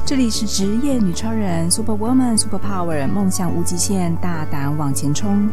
这里是职业女超人 Superwoman Super Power， 梦想无极限，大胆往前冲。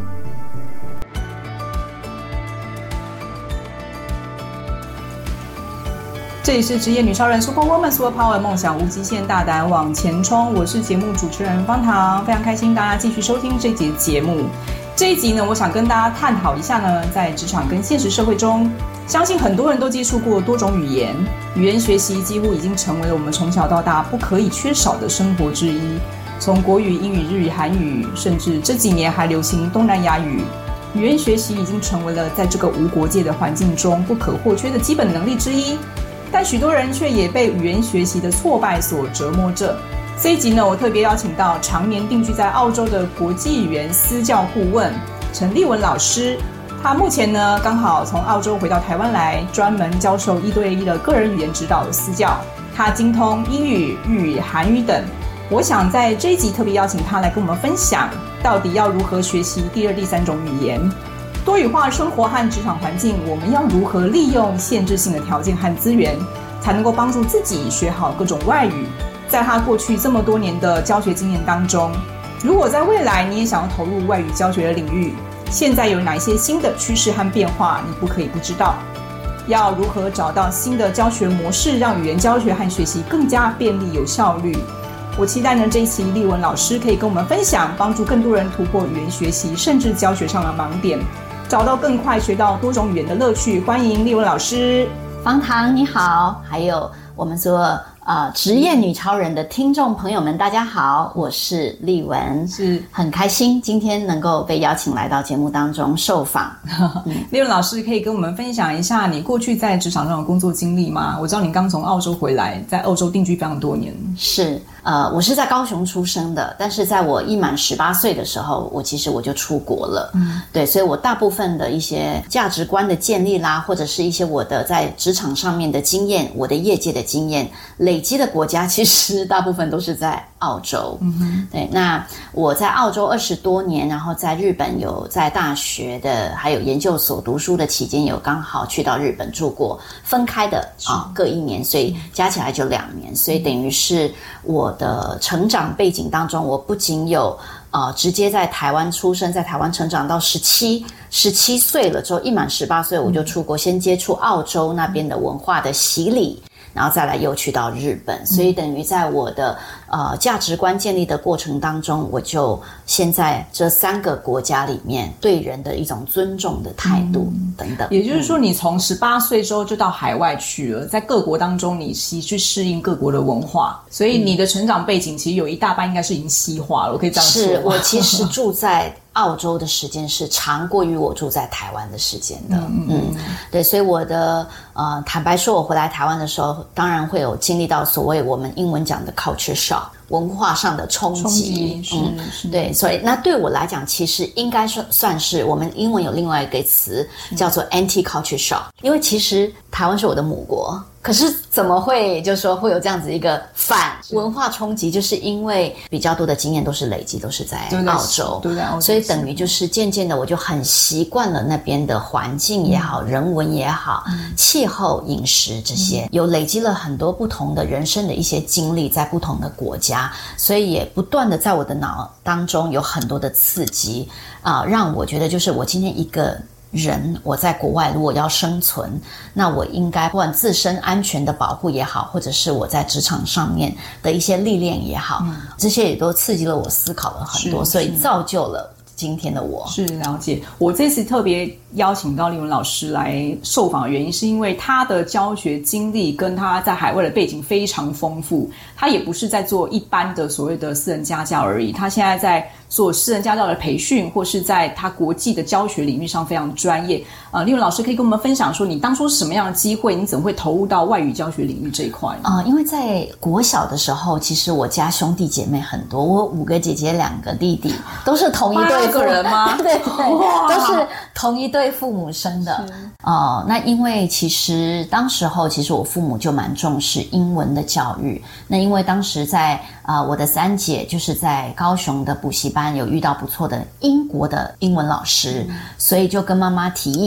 这里是职业女超人 Superwoman Super Power， 梦想无极限，大胆往前冲。我是节目主持人方糖，非常开心大家继续收听这集节目。这一集呢，我想跟大家探讨一下呢，在职场跟现实社会中，相信很多人都接触过多种语言，语言学习几乎已经成为了我们从小到大不可以缺少的生活之一。从国语、英语、日语、韩语，甚至这几年还流行东南亚语，语言学习已经成为了在这个无国界的环境中不可或缺的基本能力之一。但许多人却也被语言学习的挫败所折磨着。这一集呢，我特别邀请到常年定居在澳洲的国际语言私教顾问陈立文老师。他目前呢，刚好从澳洲回到台湾来，专门教授1对1的个人语言指导私教。他精通英语、日语、韩语等。我想在这一集特别邀请他来跟我们分享，到底要如何学习第2、第3种语言。多语化生活和职场环境，我们要如何利用限制性的条件和资源，才能够帮助自己学好各种外语。在他过去这么多年的教学经验当中，如果在未来你也想要投入外语教学的领域，现在有哪些新的趋势和变化你不可以不知道？要如何找到新的教学模式，让语言教学和学习更加便利有效率？我期待呢，这一期立文老师可以跟我们分享，帮助更多人突破语言学习甚至教学上的盲点，找到更快学到多种语言的乐趣。欢迎立文老师。 方糖你好，还有我们所有职业女超人的听众朋友们，大家好，我是立文，是很开心今天能够被邀请来到节目当中受访。 立文老师可以跟我们分享一下你过去在职场上的工作经历吗？我知道你刚从澳洲回来，在澳洲定居非常多年。 是我是在高雄出生的，但是在我一满18岁的时候，我就出国了。对，所以我大部分的一些价值观的建立啦，或者是一些我的在职场上面的经验，我的业界的经验累积的国家，其实大部分都是在澳洲。对，那我在澳洲20多年，然后在日本有在大学的还有研究所读书的期间，有刚好去到日本住过，分开的各1年，所以加起来就2年，所以等于是我的成长背景当中，我不仅有直接在台湾出生，在台湾成长到17岁了之后，一满18岁我就出国，先接触澳洲那边的文化的洗礼，然后再来又去到日本，所以等于在我的价值观建立的过程当中，我就先在这3个国家里面对人的一种尊重的态度等等。 也就是说，你从18岁之后就到海外去了，在各国当中你去适应各国的文化，所以你的成长背景其实有一大半应该是已经西化了，我可以这样说吗？ 是，我其实住在澳洲的时间是长过于我住在台湾的时间的。对，所以我的坦白说，我回来台湾的时候，当然会有经历到所谓我们英文讲的 culture shock， 文化上的冲击。对，所以那对我来讲，其实应该算是我们英文有另外一个词叫做 anti-culture shock， 因为其实台湾是我的母国。可是怎么会就是说会有这样子一个反文化冲击，就是因为比较多的经验都是累积，都是在澳洲，所以等于就是渐渐的我就很习惯了那边的环境也好，人文也好，气候、饮食这些，有累积了很多不同的人生的一些经历在不同的国家，所以也不断的在我的脑当中有很多的刺激让我觉得就是我今天一个人，我在国外如果要生存，那我应该不管自身安全的保护也好，或者是我在职场上面的一些历练也好，这些也都刺激了我思考了很多，所以造就了今天的我。 是，了解。我这次特别邀请到立文老师来受访的原因，是因为他的教学经历跟他在海外的背景非常丰富，他也不是在做一般的所谓的私人家教而已，他现在在做私人家教的培训，或是在他国际的教学领域上非常专业。立文老师可以跟我们分享说，你当初什么样的机会，你怎么会投入到外语教学领域这一块呢？ 因为在国小的时候，其实我家兄弟姐妹很多，我5个姐姐2个弟弟，都是同一对个人吗？ 对，都是同一对父母生的。那因为其实当时候其实我父母就蛮重视英文的教育，那因为当时在我的3姐就是在高雄的补习班有遇到不错的英国的英文老师，所以就跟妈妈提议，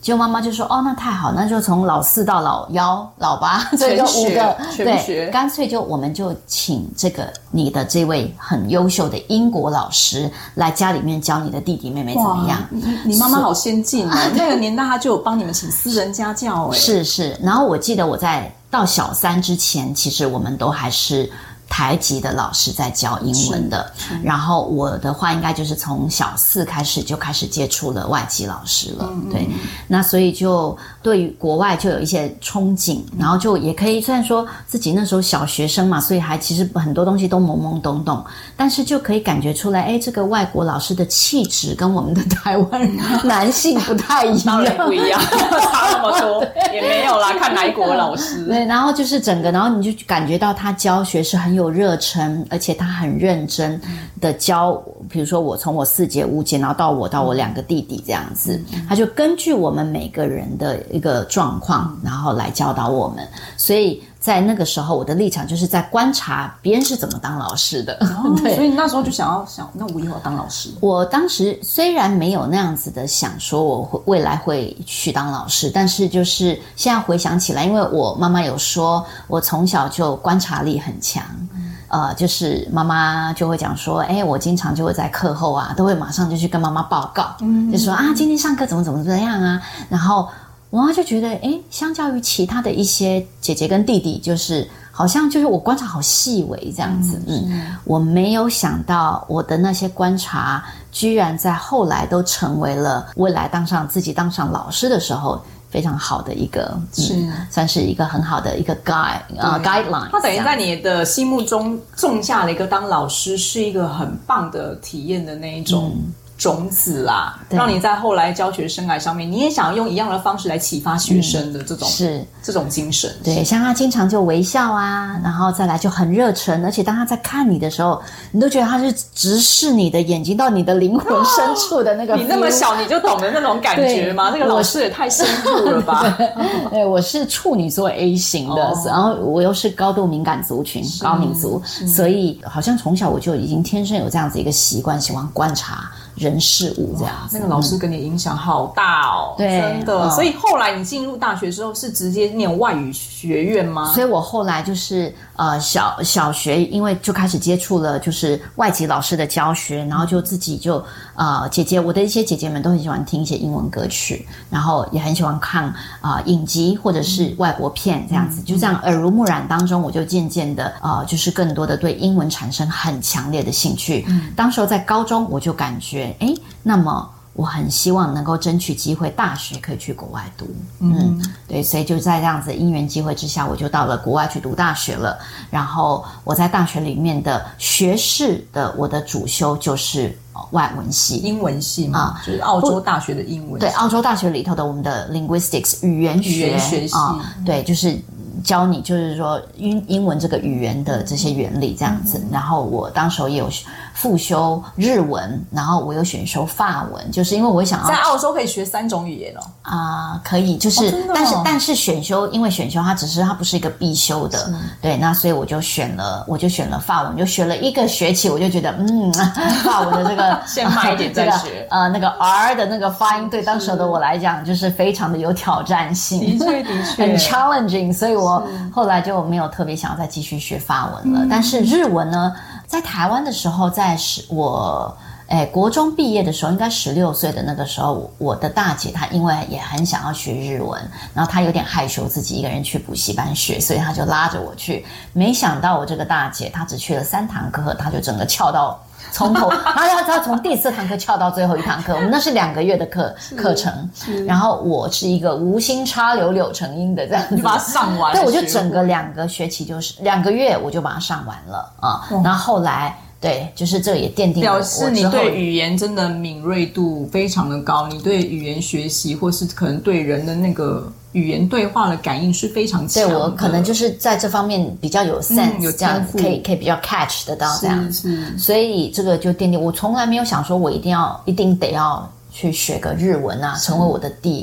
结果妈妈就说那太好，那就从老4到老1、老8，所以就5个，对，干脆我们就请你的这位很优秀的英国老师来家里面教你的弟弟妹妹怎么样。 你妈妈好先进那个年代她就有帮你们请私人家教是。然后我记得我在到小3之前，其实我们都还是台籍的老师在教英文的，然后我的话应该就是从小4开始就开始接触了外籍老师了，对，那所以就对于国外就有一些憧憬，然后就也可以，虽然说自己那时候小学生嘛，所以还其实很多东西都懵懵懂懂，但是就可以感觉出来，这个外国老师的气质跟我们的台湾男性不太一样， 当然不一样，差那么多也没有啦，看哪一国老师。 对，然后就是然后你就感觉到他教学是很有热忱，而且他很认真的教，比如说我从我4节5节，然后到我2个弟弟这样子，他就根据我们每个人的一个状况，然后来教导我们。所以在那个时候我的立场就是在观察别人是怎么当老师的，对， 所以你那时候就想那我以后要当老师。 我当时虽然没有那样子的想说我未来会去当老师，但是就是现在回想起来，因为我妈妈有说我从小就观察力很强，就是妈妈就会讲说，我经常就会在课后啊，都会马上就去跟妈妈报告，就说今天上课怎么样啊，然后我妈就觉得，相较于其他的一些姐姐跟弟弟，就是好像就是我观察好细微这样子，我没有想到我的那些观察，居然在后来都成为了未来自己当上老师的时候非常好的一个，算是一个很好的一个 guideline。 它等于在你的心目中种下了一个当老师是一个很棒的体验的那一种种子啦，让你在后来教学生涯上面，你也想要用一样的方式来启发学生的这种精神。 对，像他经常就微笑啊，然后再来就很热忱，而且当他在看你的时候，你都觉得他是直视你的眼睛到你的灵魂深处的那个 feel。 你那么小你就懂得那种感觉吗？这个老师也太深入了吧。 对，我是处女座 A 型的，然后我又是高度敏感族群，高敏族，所以好像从小我就已经天生有这样子一个习惯，喜欢观察人事物这样子。 那个老师跟你影响好大哦， 对， 真的。所以后来你进入大学之后是直接念外语学院吗？ 所以我后来就是小学，因为就开始接触了就是外籍老师的教学，然后就自己就我的一些姐姐们都很喜欢听一些英文歌曲，然后也很喜欢看影集或者是外国片这样子，就这样耳濡目染当中，我就渐渐的就是更多的对英文产生很强烈的兴趣。当时候在高中我就感觉那么我很希望能够争取机会大学可以去国外读。对，所以就在这样子的因缘机会之下，我就到了国外去读大学了。然后我在大学里面的学士的我的主修就是外文系， 英文系嘛，就是澳洲大学的英文系。 对，澳洲大学里头的我们的 linguistics 语言学系对，就是教你就是说英文这个语言的这些原理这样子。然后我当时也有复修日文，然后我有选修法文，就是因为我想要在澳洲可以学3种语言可以，就是但是选修，因为选修它不是一个必修的，对，那所以我就选了法文，就学了1个学期，我就觉得法文的这个先慢一点再学， 那个 R 的那个发音对当时的我来讲就是非常的有挑战性， 的确很 challenging， 所以我后来就没有特别想要再继续学法文了。但是日文呢，在台湾的时候，在我国中毕业的时候，应该16岁的那个时候，我的大姐她因为也很想要学日文，然后她有点害羞，自己一个人去补习班学，所以她就拉着我去。没想到我这个大姐她只去了3堂课，她就整个翘到从头，她从第4堂课翘到最后1堂课，我们那是2个月的课程，然后我是一个无心插柳柳成荫的这样子， 你把它上完了， 对，我就整个2个学期就是2个月我就把它上完了然后后来。对，就是这也奠定了我表示你对语言真的敏锐度非常的高，你对语言学习或是可能对人的那个语言对话的感应是非常强的。 对，我可能就是在这方面比较有 sense， 有这样可以比较 catch 得到这样是， 所以这个就奠定我从来没有想说我一定得要去学个日文啊，成为我的第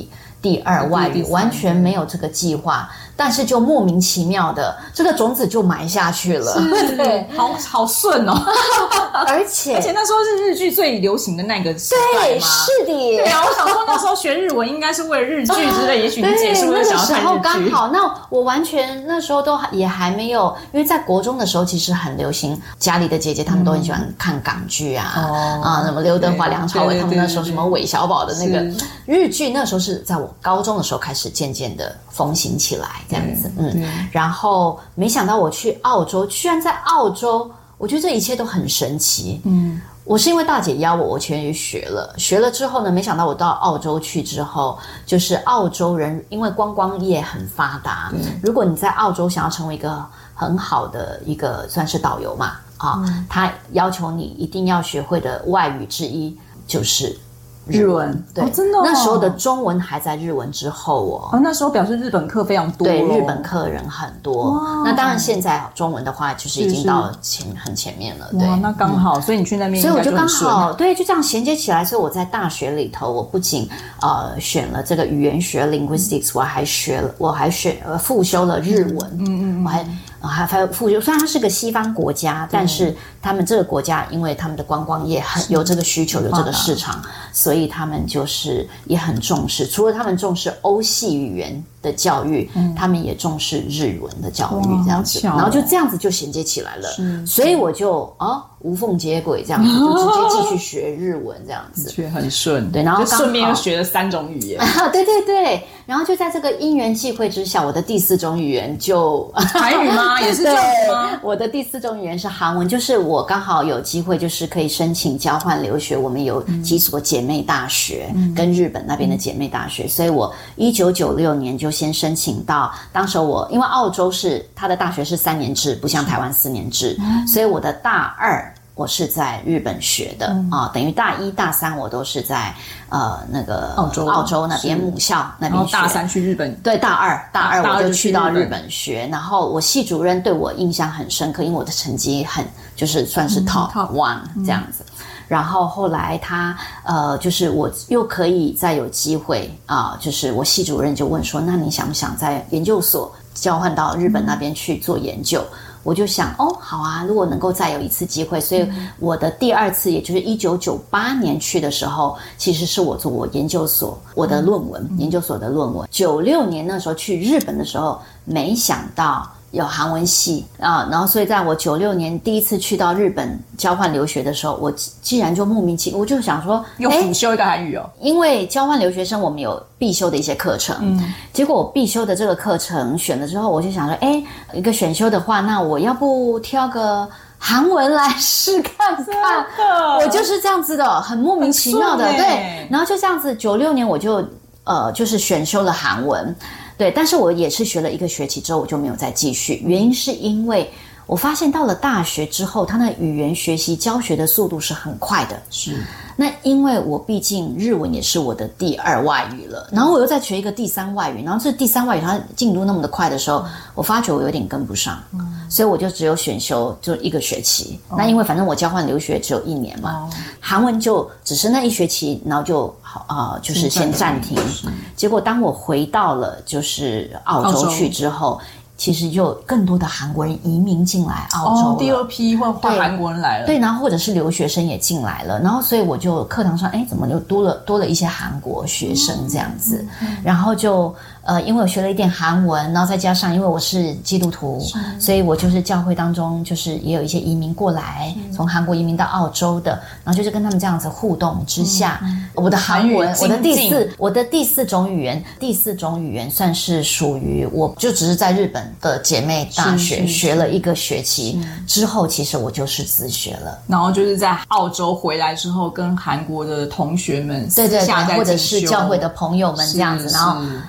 第二外语，完全没有这个计划，但是就莫名其妙的这个种子就埋下去了。 对，好顺哦。 而且那时候是日剧最流行的那个时代吗？ 对，是的。 对啊，我想说那时候学日文应该是为了日剧之类，也许你姐是为了想要看日剧。 那个时候刚好，那我完全那时候都也还没有，因为在国中的时候其实很流行，家里的姐姐她们都很喜欢看港剧啊，什么刘德华、梁朝伟他们那时候什么韦小宝的那个日剧，那时候是在我高中的时候开始渐渐的风行起来这样子。然后没想到我去澳洲，居然在澳洲，我觉得这一切都很神奇。我是因为大姐邀我去学了之后呢，没想到我到澳洲去之后，就是澳洲人因为观光业很发达，如果你在澳洲想要成为一个很好的一个算是导游嘛，他要求你一定要学会的外语之一就是日文。对， 真的那时候的中文还在日文之后那时候表示日本课非常多。 对，日本客人很多。那当然现在中文的话就是已经到很前面了。对， 那刚好，所以你去那边所以我就刚好对，就这样衔接起来。所以我在大学里头，我不仅选了这个语言学 linguistics， 我还复修了日文。我还复修，虽然它是个西方国家，但是他们这个国家因为他们的观光业很有这个需求，有这个市场，所以他们就是也很重视。除了他们重视欧系语言的教育，他们也重视日文的教育，这样子，然后就这样子就衔接起来了。所以我就无缝接轨这样子，就直接继续学日文这样子， 学很顺。 对，然后就顺便又学了3种语言。 对对对，然后就在这个因缘际会之下，我的第4种语言就韩语吗？也是这样子吗？ 我的第4种语言是韩文，就是我刚好有机会，就是可以申请交换留学。我们有几所姐妹大学，跟日本那边的姐妹大学，所以我1996年就先申请到。当时因为澳洲它的大学是3年制，不像台湾4年制，所以我的大2我是在日本学的等于大1、大3我都是在那个澳洲那边母校那边学。 大3去日本。 对，大2我就去到日本学。然后我系主任对我印象很深刻，因为我的成绩就是算是 top 1这样子。然后后来他就是我又可以再有机会就是我系主任就问说，那你想不想在研究所交换到日本那边去做研究？我就想好啊，如果能够再有一次机会。所以我的第2次也就是1998年去的时候，其实是我做我研究所我的论文，研究所的论文。96年那时候去日本的时候，没想到有韩文系然后所以在我96年第一次去到日本交换留学的时候，我既然就莫名其妙，我就想说又辅修一个韩语因为交换留学生我们有必修的一些课程，结果我必修的这个课程选了之后，我就想说一个选修的话，那我要不挑个韩文来试看看。我就是这样子的，很莫名其妙的。对，然后就这样子96年我就就是选修了韩文。对，但是我也是学了1个学期之后我就没有再继续，原因是因为我发现到了大学之后，他的语言学习教学的速度是很快的。那因为我毕竟日文也是我的第2外语了，然后我又再学一个第3外语，然后这第3外语它进度那么的快的时候，我发觉我有点跟不上，所以我就只有选修就1个学期。那因为反正我交换留学只有1年嘛，韩文就只是那1学期，然后就就是先暂停。结果当我回到了就是澳洲去之后，其实就更多的韩国人移民进来澳洲了。 第2批换韩国人来了。 对，然后或者是留学生也进来了，然后所以我就课堂上怎么就多了一些韩国学生这样子。然后就因为我学了一点韩文，然后再加上因为我是基督徒，所以我就是教会当中就是也有一些移民过来，从韩国移民到澳洲的，然后就是跟他们这样子互动之下，我的韩文我的第4种语言算是属于我就只是在日本的姐妹大学学了1个学期之后，其实我就是自学了。 然后就是在澳洲回来之后，跟韩国的同学们对或者是教会的朋友们这样子。然后那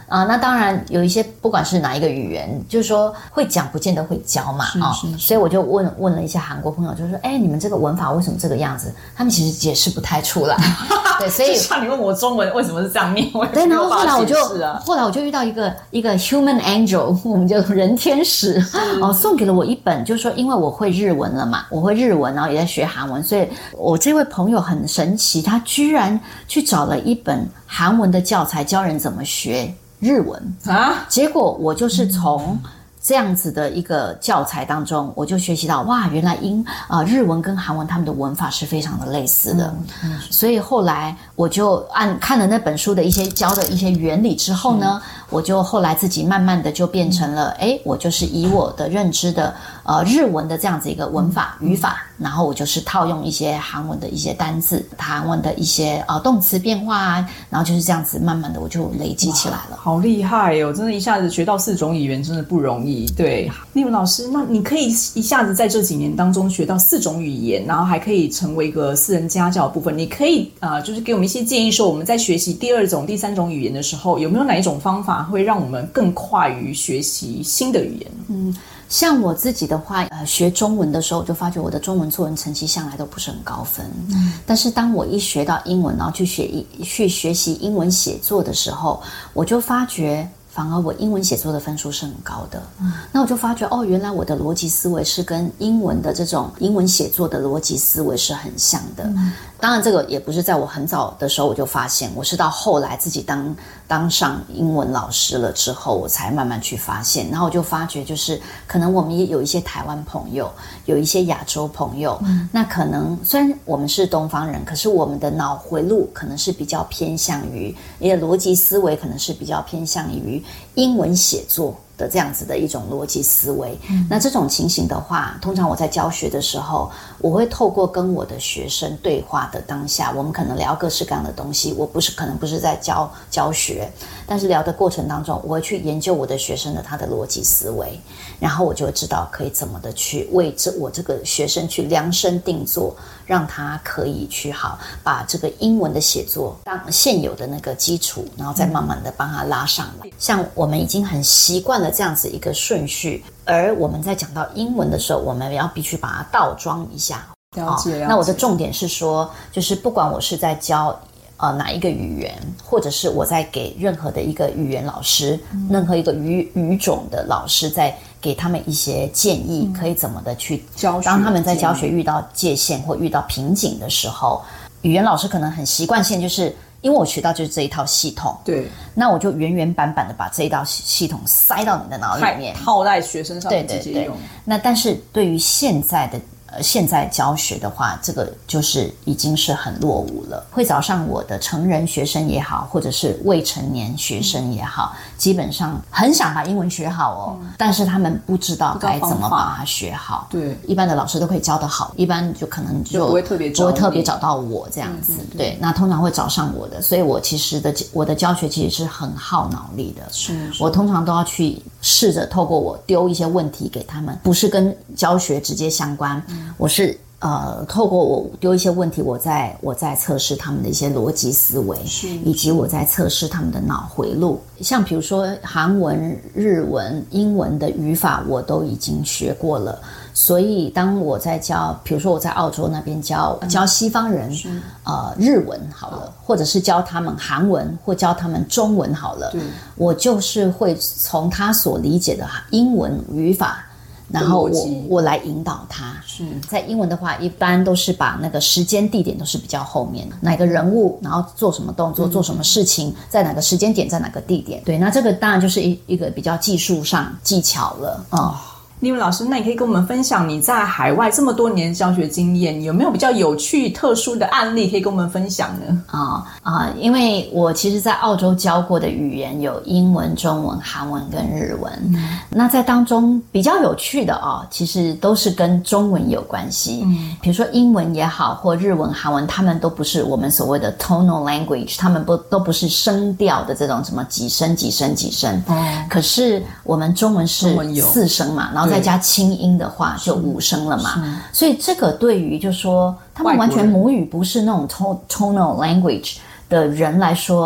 当然有一些不管是哪一个语言，就是说会讲不见得会教嘛，所以我就问了一些韩国朋友，就说你们这个文法为什么这个样子？他们其实解释不太出来。对，所以就像你问我中文为什么是这样念， 对，然后后来我就遇到一个 human angel， 我们就人天使送给了我一本，就是说因为我会日文了嘛，我会日文，然后也在学韩文，所以我这位朋友很神奇，他居然去找了一本韩文的教材教人怎么学日文啊！结果我就是从这样子的一个教材当中，我就学习到哇，原来日文跟韩文他们的文法是非常的类似的。所以后来我就看了那本书的一些教的一些原理之后呢，我就后来自己慢慢的就变成了我就是以我的认知的日文的这样子一个文法语法，然后我就是套用一些韩文的一些单字，韩文的一些动词变化啊，然后就是这样子慢慢的我就累积起来了。 好厉害哦，真的一下子学到4种语言真的不容易。对，丽文老师，那你可以一下子在这几年当中学到4种语言，然后还可以成为一个私人家教的部分，你可以就是给我们一些建议，说我们在学习第2种第3种语言的时候，有没有哪一种方法会让我们更快于学习新的语言？ 像我自己的话，学中文的时候，我就发觉我的中文作文成绩向来都不是很高分。但是当我一学到英文，然后去学习英文写作的时候，我就发觉反而我英文写作的分数是很高的。那我就发觉原来我的逻辑思维是跟英文的这种英文写作的逻辑思维是很像的。当然这个也不是在我很早的时候我就发现，我是到后来自己当上英文老师了之后，我才慢慢去发现。然后我就发觉就是可能我们也有一些台湾朋友，有一些亚洲朋友，那可能虽然我们是东方人，可是我们的脑回路可能是比较偏向于，你的逻辑思维可能是比较偏向于英文写作的这样子的一种逻辑思维。那这种情形的话，通常我在教学的时候，我会透过跟我的学生对话的当下，我们可能聊各式各样的东西，我可能不是在教学，但是聊的过程当中，我会去研究我的学生的他的逻辑思维，然后我就会知道可以怎么的去为我这个学生去量身定做，让他可以去把这个英文的写作当现有的那个基础，然后再慢慢的帮他拉上来。像我们已经很习惯了这样子一个顺序，而我们在讲到英文的时候，我们必须把它倒装一下。 了解。 那我的重点是说，就是不管我是在教哪一个语言，或者是我在给任何的一个语言老师，任何一个语种的老师，在给他们一些建议，可以怎么的去教学。当他们在教学遇到界限或遇到瓶颈的时候，语言老师可能很习惯性就是因为我学到就是这一套系统， 对， 那我就原原版版的把这一套系统塞到你的脑里面， 套在学生上面直接用。 那但是对于现在教学的话，这个就是已经是很落伍了。会找上我的成人学生也好，或者是未成年学生也好，基本上很想把英文学好但是他们不知道该怎么把它学好。 对， 一般的老师都可以教得好，一般就可能就不会特别找到我这样子。对，那通常会找上我的，所以我其实我的教学其实是很耗脑力的。 是我通常都要去试着透过我丢一些问题给他们，不是跟教学直接相关，我是透过我丢一些问题，我在测试他们的一些逻辑思维，以及我在测试他们的脑回路。像比如说韩文、日文、英文的语法我都已经学过了，所以当我在教，比如说我在澳洲那边教西方人日文好了，或者是教他们韩文或教他们中文好了，我就是会从他所理解的英文语法，然后我来引导他。在英文的话，一般都是把那个时间地点都是比较后面的，哪个人物，然后做什么动作，做什么事情，在哪个时间点，在哪个地点。对，那这个当然就是一个比较技术上技巧了。 丽文老师，那你可以跟我们分享你在海外这么多年的教学经验，有没有比较有趣特殊的案例可以跟我们分享呢？ 因为我其实在澳洲教过的语言有英文、中文、韩文跟日文。那在当中比较有趣的其实都是跟中文有关系。比如说英文也好，或日文、韩文，他们都不是我们所谓的 tonal language， 他们都不是声调的这种什么几声几声几声。可是我们中文是4声嘛，然后再加清音的话就5声了嘛，所以这个对于就是说他们完全母语不是那种 tonal language 的人来说，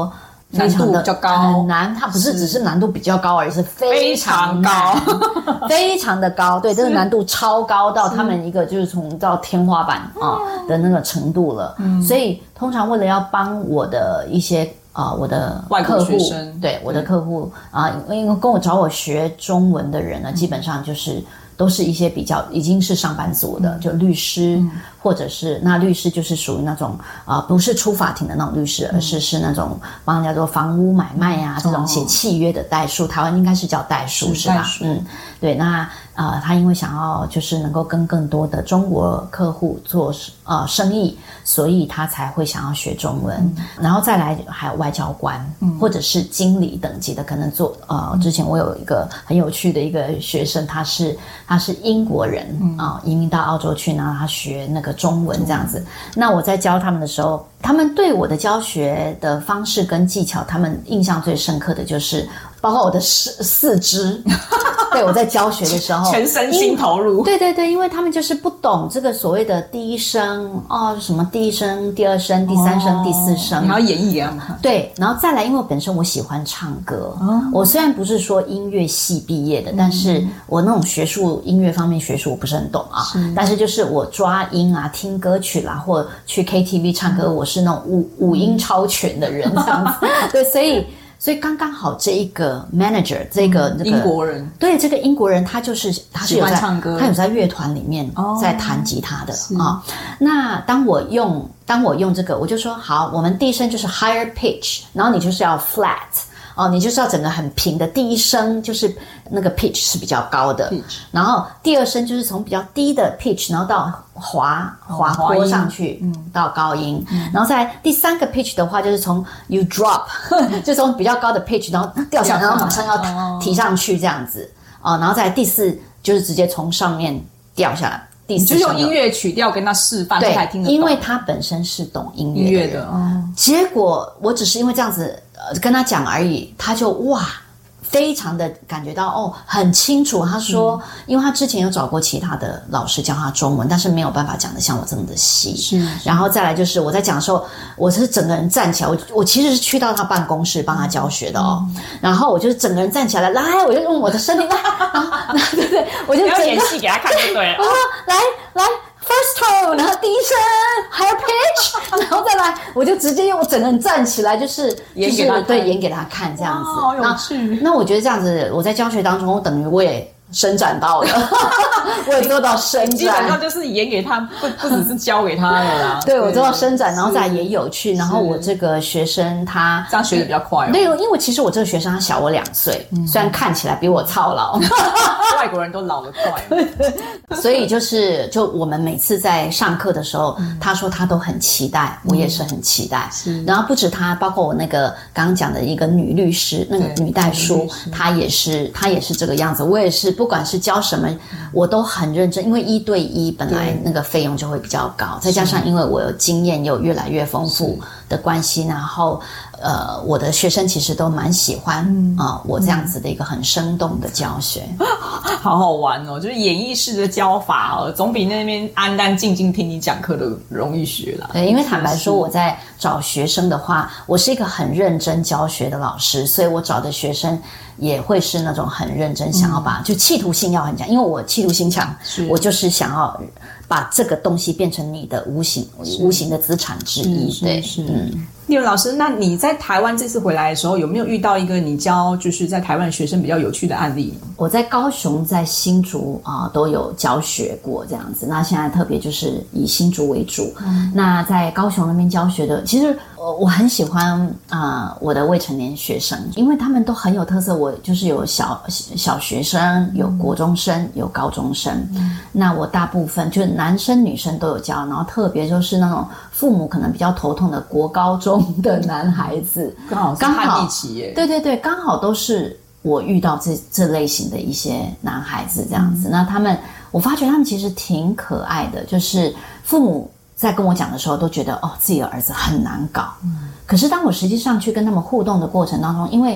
难度比较高， 很难。它不是只是难度比较高而已，是非常高， 非常的高。对，这个难度超高到他们一个就是从到天花板的那个程度了。所以通常为了要帮我的一些我的客户，对我的客户因为跟我找我学中文的人呢，基本上都是一些比较已经是上班族的，就律师，或者是那律师就是属于那种不是出法庭的那种律师，而是那种帮人家做房屋买卖这种写契约的代书，台湾应该是叫代书是吧？对，那他因为想要就是能够跟更多的中国客户做生意，所以他才会想要学中文，然后再来还有外交官，或者是经理等级的，可能做之前我有一个很有趣的一个学生，他是英国人移民到澳洲去，然后他学那个中文这样子。那我在教他们的时候，他们对我的教学的方式跟技巧，他们印象最深刻的就是包括我的四肢。对，我在教学的时候全身心投入。 对对对，因为他们就是不懂这个所谓的第一声什么第一声、第二声、第三声、第四声， 你还要演绎给他们看。 对，然后再来，因为本身我喜欢唱歌，我虽然不是说音乐系毕业的，但是我那种音乐方面学术我不是很懂但是就是我抓音听歌曲啦，或去 KTV 唱歌，我是那种五音超全的人这样子。对，所以刚刚好这一个 manager 这个英国人， 对，这个英国人他是有在唱歌， 他有在乐团里面在弹吉他的那当我用这个，我就说好，我们第一声就是 higher pitch， 然后你就是要 flat。你就是要整个很平的，第一声就是那个 pitch 是比较高的，然后第二声就是从比较低的 pitch， 然后到滑坡上去，到高音，然后再来第三个 pitch 的话，就是从 you drop， 就从比较高的 pitch， 然后掉下来，然后马上要提上去这样子然后再来第四就是直接从上面掉下来。 你就用音乐曲调跟他示范， 对， 才听得懂。 因为他本身是懂音乐的，结果我只是因为这样子跟他讲而已，他就非常的感觉到很清楚。他说，因为他之前有找过其他的老师教他中文，但是没有办法讲得像我这么的细。然后再来就是我在讲的时候，我是整个人站起来，我其实是去到他办公室帮他教学的然后我就是整个人站起来，来，我就用我的身体对对，我就要演戏给他看就对了。 来。First tone， 然后第一声 higher pitch， 然后再来，我就直接用我整个人站起来，就是演给他看这样子。 好有趣。 那我觉得这样子，我在教学当中，我等于我也伸展到了，我也做到伸展， 基本上就是演给他，不只是教给他的啦。 对，我做到伸展，然后再来也有趣。然后我这个学生他这样学的比较快对，因为其实我这个学生他小我2岁，虽然看起来比我操劳， 外国人都老得快。 所以就我们每次在上课的时候，他说他都很期待，我也是很期待。然后不止他，包括我那个刚刚讲的一个女律师，那个女代书，她也是这个样子。我也是。不管是教什么，我都很认真，因为1对1本来那个费用就会比较高，再加上因为我有经验，有越来越丰富的关系，然后我的学生其实都蛮喜欢我这样子的一个很生动的教学， 好好玩就是演绎式的教法总比那边安安静静听你讲课的容易学啦。 对，因为坦白说我在找学生的话，我是一个很认真教学的老师，所以我找的学生也会是那种很认真，想要就企图性要很强，因为我企图心强，我就是想要把这个东西变成你的无形的资产之一。对， 丽文老师，那你在台湾这次回来的时候，有没有遇到一个你教就是在台湾学生比较有趣的案例？ 我在高雄、在新竹都有教学过这样子。那现在特别就是以新竹为主。那在高雄那边教学的，其实我很喜欢我的未成年学生，因为他们都很有特色。我就是有小学生，有国中生，有高中生。那我大部分就是男生女生都有教，然后特别就是那种父母可能比较头痛的国高中的男孩子， 刚好叛逆期耶。 对对对，刚好都是我遇到这类型的一些男孩子这样子。那我发觉他们其实挺可爱的，就是父母在跟我讲的时候都觉得自己的儿子很难搞。可是当我实际上去跟他们互动的过程当中，因为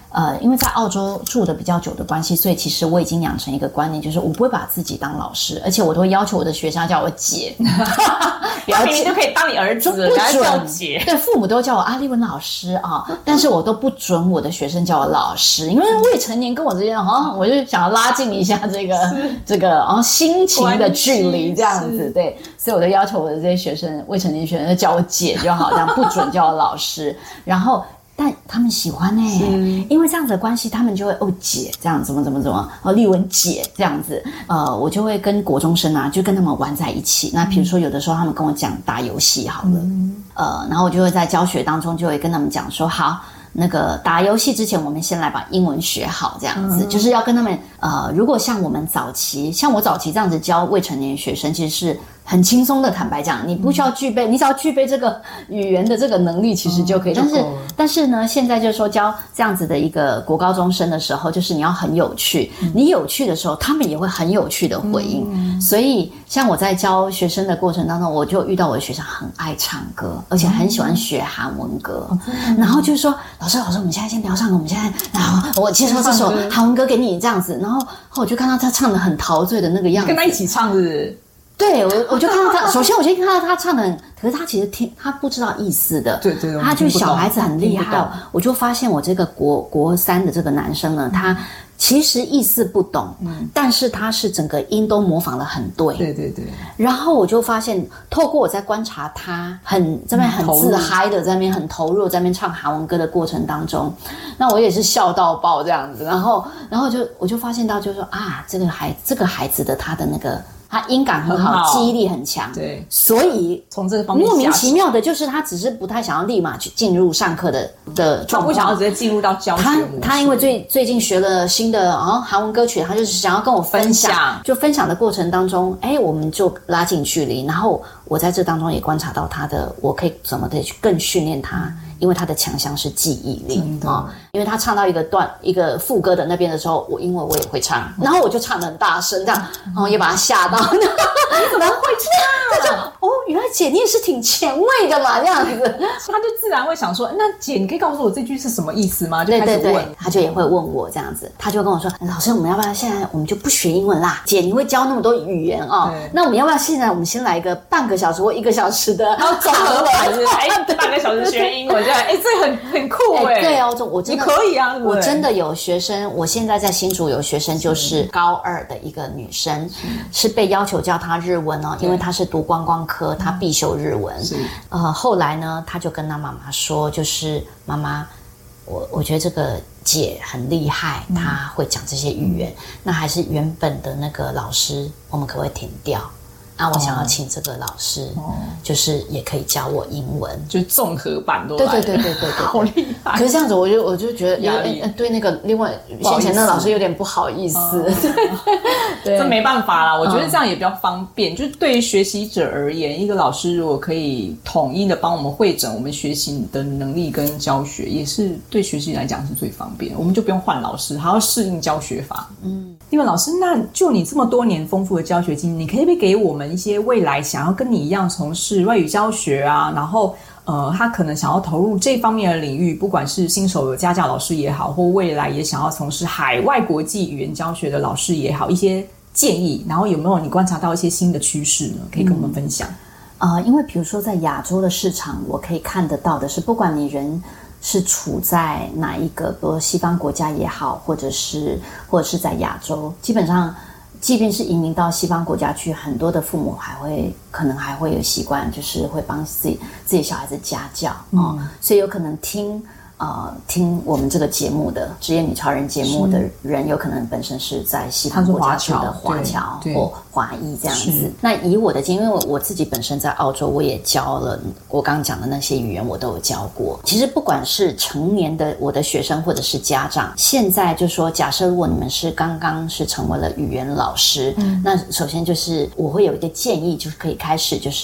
因为在澳洲住的比较久的关系，所以其实我已经养成一个观念，就是我不会把自己当老师，而且我都会要求我的学生要叫我姐， 不要姐就可以当你儿子，不准叫姐。 对，父母都叫我阿丽文老师啊，但是我都不准我的学生叫我老师，因为未成年跟我之间我就想要拉近一下这个心情的距离，这样子，对，所以我都要求我的这些学生，未成年学生就叫我姐就好，这样不准叫我老师，然后。但他们喜欢因为这样子的关系，他们就会姐这样怎么丽文姐这样子，我就会跟国中生就跟他们玩在一起。那比如说有的时候他们跟我讲打游戏好了，然后我就会在教学当中就会跟他们讲说，好，那个打游戏之前，我们先来把英文学好，这样子，就是要跟他们如果像我早期这样子教未成年学生，其实是很轻松的，坦白讲，你不需要具备，你只要具备这个语言的这个能力，其实就可以。但是呢，现在就是说教这样子的一个国高中生的时候，就是你要很有趣，你有趣的时候，他们也会很有趣的回应。所以，像我在教学生的过程当中，我就遇到我的学生很爱唱歌，而且很喜欢学韩文歌，然后就是说，老师，我们现在先不要唱歌，我们现在，然后我介绍这首韩文歌给你，这样子，然后我就看到他唱得很陶醉的那个样子， 跟他一起唱是不是？ 对，我就看到他，首先我先看到他唱的可是他其实他不知道意思的， 对， 他就小孩子很厉害我就发现我这个国三的这个男生呢，他其实意思不懂，但是他是整个音都模仿得很对， 对。 然后我就发现，透过我在观察他这边很自嗨的，在那边很投入，在那边唱韩文歌的过程当中，那我也是笑到爆这样子，然后我就发现到，就是说这个孩子的他的那个。他音感很好，记忆力很强， 对， 所以从这个方面莫名其妙的，就是他只是不太想要立马去进入上课的状况， 他不想要直接进入到教学模式。 他因为最近学了新的韩文歌曲，他就是想要跟我分享，就分享的过程当中，我们就拉近距离，然后我在这当中也观察到我可以怎么的去更训练他。因为他的强项是记忆力因为他唱到一个副歌的那边的时候，因为我也会唱，然后我就唱得很大声，这样，然后也把他吓到。你怎么会唱？他就原来姐你也是挺前卫的嘛，这样子， 他就自然会想说，那姐你可以告诉我这句是什么意思吗？就开始问， 对，他就也会问我这样子，他就跟我说，老师，我们要不要现在我们就不学英文啦？姐你会教那么多语言那我们要不要现在我们先来一个半个小时或1个小时的， 然后综合版，半个小时学英文。这很酷对我真的你可以啊，对不对？ 我真的有学生，我现在在新竹有学生，就是高2的一个女生，是被要求教她日文因为她是读观光科，她必修日文。后来呢，她就跟她妈妈说，就是妈妈，我觉得这个姐很厉害，她会讲这些语言，那还是原本的那个老师，我们可不可以停掉？我想要请这个老师，就是也可以教我英文， 就是综合版都来了。 对， 好厉害！ 可是这样子，我就觉得对那个另外先前那个老师有点不好意思。 对，这没办法啦。我觉得这样也比较方便。就是对于学习者而言，一个老师如果可以统一的帮我们汇整我们学习的能力跟教学，也是对学习来讲是最方便。我们就不用换老师，还要适应教学法。丽文老师，那就你这么多年丰富的教学经验，你可以不可以给我们一些未来想要跟你一样从事外语教学然后他可能想要投入这方面的领域，不管是新手的家教老师也好，或未来也想要从事海外国际语言教学的老师也好，一些建议，然后有没有你观察到一些新的趋势呢？可以跟我们分享。 因为比如说在亚洲的市场，我可以看得到的是，不管你人是处在哪一个，比如西方国家也好，或者是在亚洲，基本上即便是移民到西方国家去，很多的父母可能还会有习惯，就是会帮自己小孩子家教所以有可能听我们这个节目的职业女超人节目的人，有可能本身是在西方国家去的华侨或华裔这样子。那以我的经验，因为我自己本身在澳洲，我也教了我刚刚讲的那些语言，我都有教过。其实不管是成年的我的学生或者是家长，现在就说，假设如果你们是刚刚是成为了语言老师，那首先就是我会有一个建议，就是可以开始就是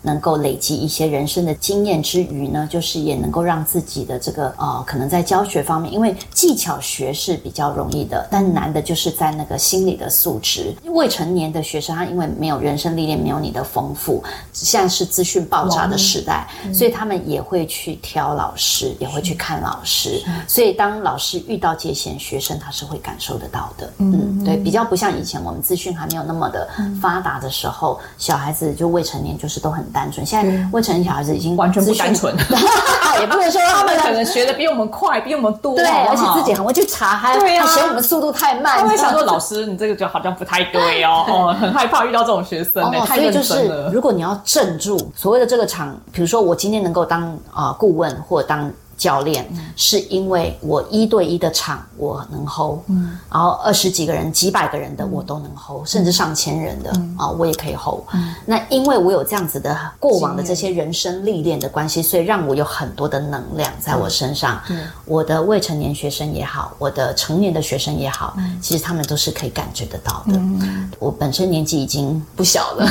能够累积一些人生的经验之余呢，就是也能够让自己的这个可能在教学方面，因为技巧学是比较容易的，但难的就是在那个心理的素质。未成年的学生他因为没有人生历练，没有你的丰富，现在是资讯爆炸的时代，所以他们也会去挑老师，也会去看老师，所以当老师遇到界限，学生他是会感受得到的。对，比较不像以前我们资讯还没有那么的发达的时候，小孩子就未成年就是都很单纯，现在未成年小孩子已经完全不单纯也不能说他们可能学的比我们快，比我们多， 对，而且自己很会去查，还嫌我们速度太慢， 他会想说老师你这个就好像不太对哦，很害怕遇到这种学生太认真了。 所以就是如果你要镇住所谓的这个场，比如说我今天能够当顾问或当教练，是因为我1对1的场我能 hold，然后20几个人几百个人的我都能 hold，甚至上千人的我也可以 hold。那因为我有这样子的过往的这些人生历练的关系，所以让我有很多的能量在我身上。我的未成年学生也好，我的成年的学生也好，其实他们都是可以感觉得到的。我本身年纪已经不小了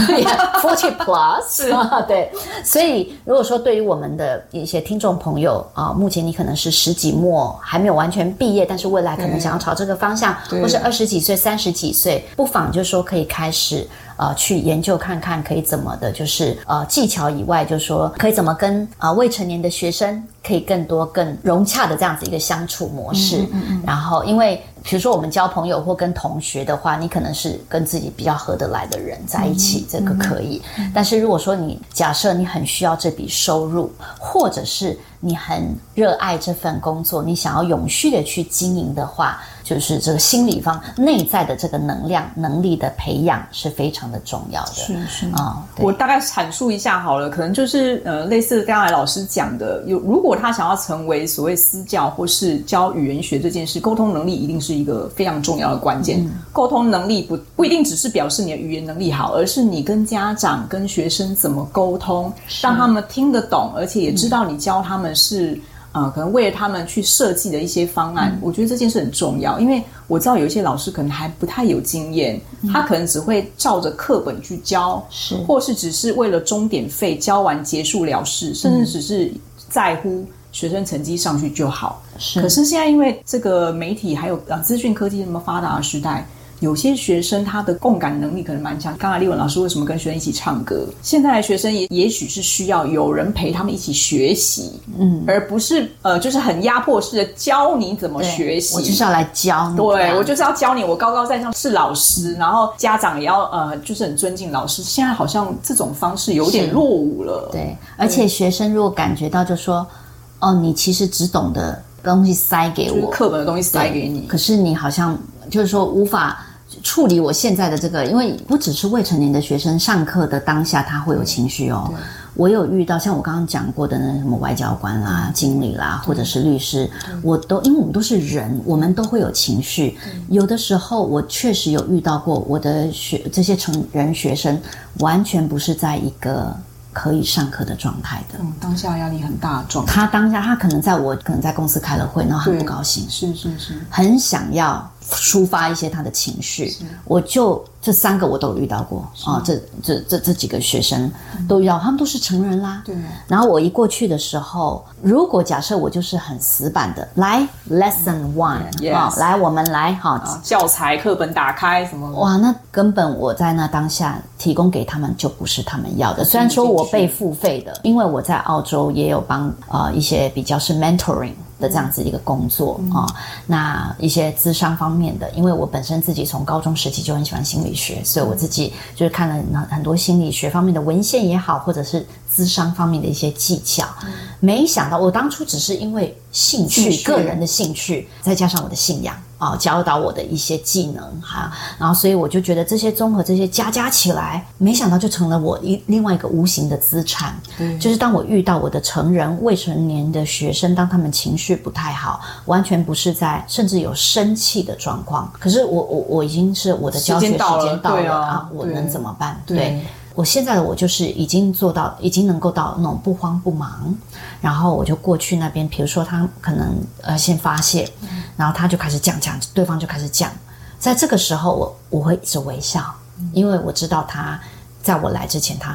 40 plus 对，所以如果说对于我们的一些听众朋友目前你可能是10几末还没有完全毕业，但是未来可能想要朝这个方向，或是20几岁30几岁，不妨就是说可以开始去研究看看可以怎么的，就是技巧以外，就是说可以怎么跟未成年的学生可以更多更融洽的这样子一个相处模式。然后因为比如说我们交朋友或跟同学的话，你可能是跟自己比较合得来的人在一起，这个可以。但是如果说你假设你很需要这笔收入，或者是你很热爱这份工作，你想要永续的去经营的话，就是这个心理方内在的这个能量能力的培养是非常的重要的。 是我大概阐述一下好了，可能就是类似刚才老师讲的，如果他想要成为所谓私教或是教语言学这件事，沟通能力一定是一个非常重要的关键。沟通能力不一定只是表示你的语言能力好，而是你跟家长跟学生怎么沟通，让他们听得懂，而且也知道你教他们是可能为了他们去设计的一些方案。我觉得这件事很重要，因为我知道有一些老师可能还不太有经验，他可能只会照着课本去教，或是只是为了钟点费教完结束了事，甚至只是在乎学生成绩上去就好。可是现在因为这个媒体还有资讯科技那么发达的时代，有些学生他的共感能力可能蛮强。刚才立文老师为什么跟学生一起唱歌？现在的学生也许是需要有人陪他们一起学习，而不是就是很压迫式的教你怎么学习。 我就是要来教你， 对，我就是要教你，我高高在上是老师，然后家长也要就是很尊敬老师。现在好像这种方式有点落伍了。 对，而且学生如果感觉到就说你其实只懂得东西塞给我， 就是课本的东西塞给你， 可是你好像就是说无法处理我现在的这个，因为不只是未成年的学生上课的当下他会有情绪我有遇到像我刚刚讲过的那什么外交官啦、经理啦，或者是律师，因为我们都是人，我们都会有情绪。有的时候我确实有遇到过我的这些成人学生完全不是在一个可以上课的状态的， 当下压力很大的状态。 他可能在公司开了会，然后很不高兴， 是， 很想要抒发一些他的情绪。我就这3个我都有遇到过这几个学生都遇到，他们都是成人啦。 对。 然后我一过去的时候，如果假设我就是很死板的，来 lesson 1，来我们来教材课本打开什么， 哇，那根本我在那当下提供给他们就不是他们要的。虽然说我被付费的，因为我在澳洲也有帮一些比较是 mentoring的这样子一个工作那一些諮商方面的，因为我本身自己从高中时期就很喜欢心理学，所以我自己就是看了很多心理学方面的文献也好，或者是諮商方面的一些技巧。没想到我当初只是因为兴趣个人的兴趣，再加上我的信仰教导我的一些技能然后所以我就觉得这些综合这些加起来，没想到就成了我另外一个无形的资产。就是当我遇到我的成人未成年的学生，当他们情绪不太好，完全不是在甚至有生气的状况，可是我已经是我的教学时间到了我能怎么办？对，我现在的我就是已经能够到那种不慌不忙，然后我就过去那边，比如说他可能先发泄，然后他就开始讲，对方就开始讲，在这个时候我会一直微笑，因为我知道他在我来之前他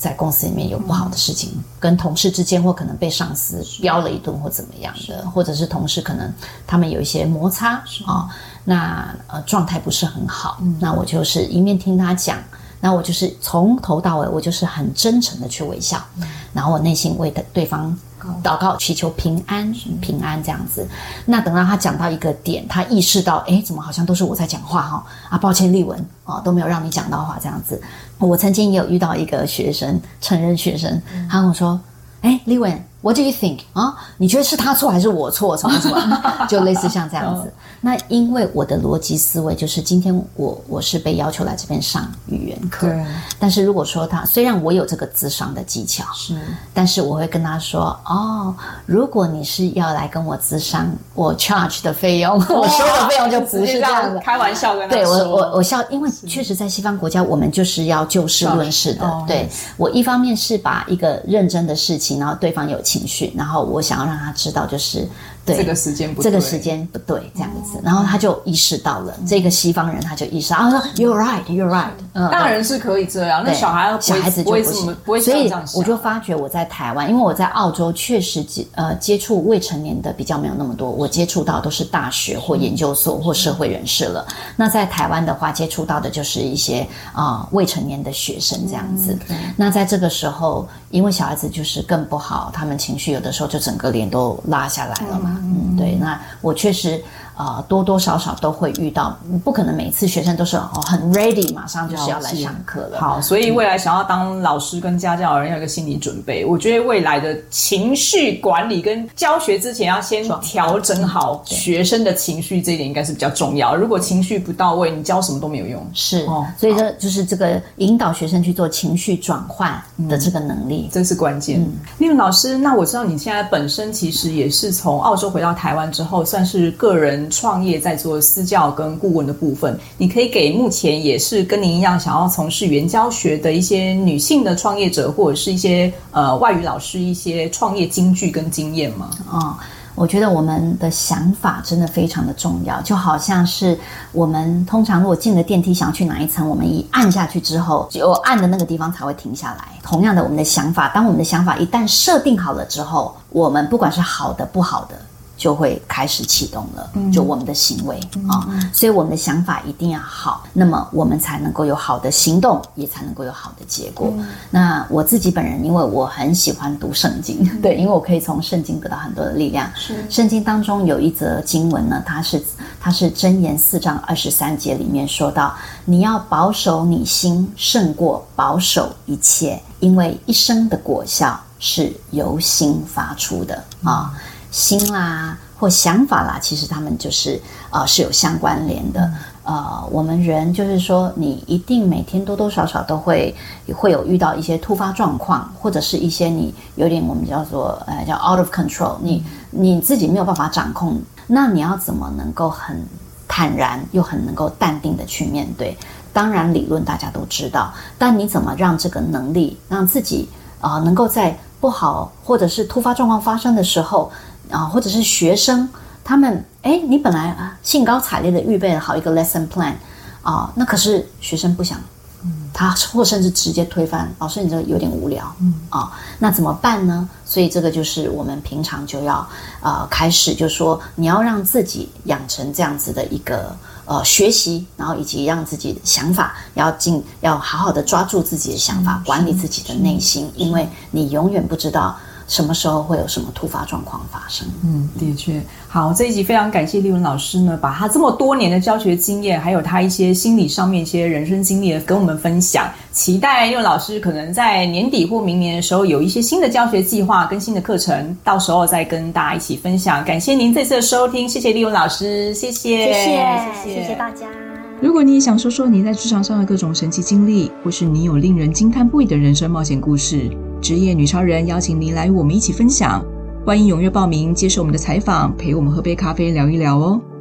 在公司里面有不好的事情，跟同事之间或可能被上司飙了一顿或怎么样的，或者是同事可能他们有一些摩擦那状态不是很好，那我就是一面听他讲，那我就是从头到尾我就是很真诚的去微笑，然后我内心为对方祷告祈求平安这样子。那等到他讲到一个点，他意识到怎么好像都是我在讲话抱歉丽文都没有让你讲到话这样子。我曾经也有遇到一个学生，成人学生，他跟我说丽文What do you think 你觉得是他错还是我错什么什么就类似像这样子那因为我的逻辑思维就是今天我是被要求来这边上语言课，但是如果说他虽然我有这个咨商的技巧是，但是我会跟他说如果你是要来跟我咨商，我 charge 的费用我收的费用就不是这样的， 开玩笑跟他说。 对，我笑，因为确实在西方国家我们就是要就事论事的对，我一方面是把一个认真的事情，然后对方有情绪，然后我想要让他知道就是对这个时间不对， 这样子，然后他就意识到了，这个西方人他就意识到，他说 You're right 大人是可以这样，那小孩子就不会这样想。 所以我就发觉我在台湾，因为我在澳洲确实接触未成年的比较没有那么多，我接触到都是大学或研究所或社会人士了。那在台湾的话，接触到的就是一些未成年的学生这样子。那在这个时候，因为小孩子就是更不好，他们情绪有的时候就整个脸都拉下来了嘛。对，那我确实多多少少都会遇到，不可能每次学生都是很 ready 马上就是要来上课了。 好，所以未来想要当老师跟家教的人要有一个心理准备，我觉得未来的情绪管理跟教学之前要先调整好学生的情绪，这一点应该是比较重要。如果情绪不到位，你教什么都没有用。 是所以这就是这个引导学生去做情绪转换的这个能力， 这是关键。丽文老师，那我知道你现在本身其实也是从澳洲回到台湾之后，算是个人创业在做私教跟顾问的部分，你可以给目前也是跟您一样想要从事语言教学的一些女性的创业者，或者是一些外语老师一些创业金句跟经验吗？ 我觉得我们的想法真的非常的重要，就好像是我们通常如果进了电梯想要去哪一层，我们一按下去之后，只有按的那个地方才会停下来。同样的，我们的想法，当我们的想法一旦设定好了之后，我们不管是好的不好的就会开始启动了，就我们的行为所以我们的想法一定要好，那么我们才能够有好的行动，也才能够有好的结果。那我自己本人，因为我很喜欢读圣经，对，因为我可以从圣经得到很多的力量。圣经当中有一则经文呢，它是箴言4章23节里面说到，你要保守你心胜过保守一切，因为一生的果效是由心发出的心啦或想法啦，其实他们就是是有相关联的。我们人就是说，你一定每天多多少少都会有遇到一些突发状况，或者是一些你有点我们叫做叫 out of control， 你自己没有办法掌控，那你要怎么能够很坦然又很能够淡定的去面对？当然理论大家都知道，但你怎么让这个能力让自己能够在不好或者是突发状况发生的时候或者是学生他们你本来兴高采烈的预备了好一个 lesson plan 那可是学生不想他或甚至直接推翻，老师你这个有点无聊那怎么办呢？所以这个就是我们平常就要开始就说你要让自己养成这样子的一个学习，然后以及让自己的想法要好好的抓住自己的想法，管理自己的内心，因为你永远不知道什么时候会有什么突发状况发生。 的确。好，这一集非常感谢丽文老师呢，把他这么多年的教学经验，还有他一些心理上面一些人生经历跟我们分享。期待丽文老师可能在年底或明年的时候有一些新的教学计划跟新的课程，到时候再跟大家一起分享。感谢您这次的收听，谢谢丽文老师，谢谢大家。 如果你也想说说你在职场上的各种神奇经历，或是你有令人惊叹不已的人生冒险故事，职业女超人邀请您来与我们一起分享，欢迎踊跃报名接受我们的采访，陪我们喝杯咖啡聊一聊哦。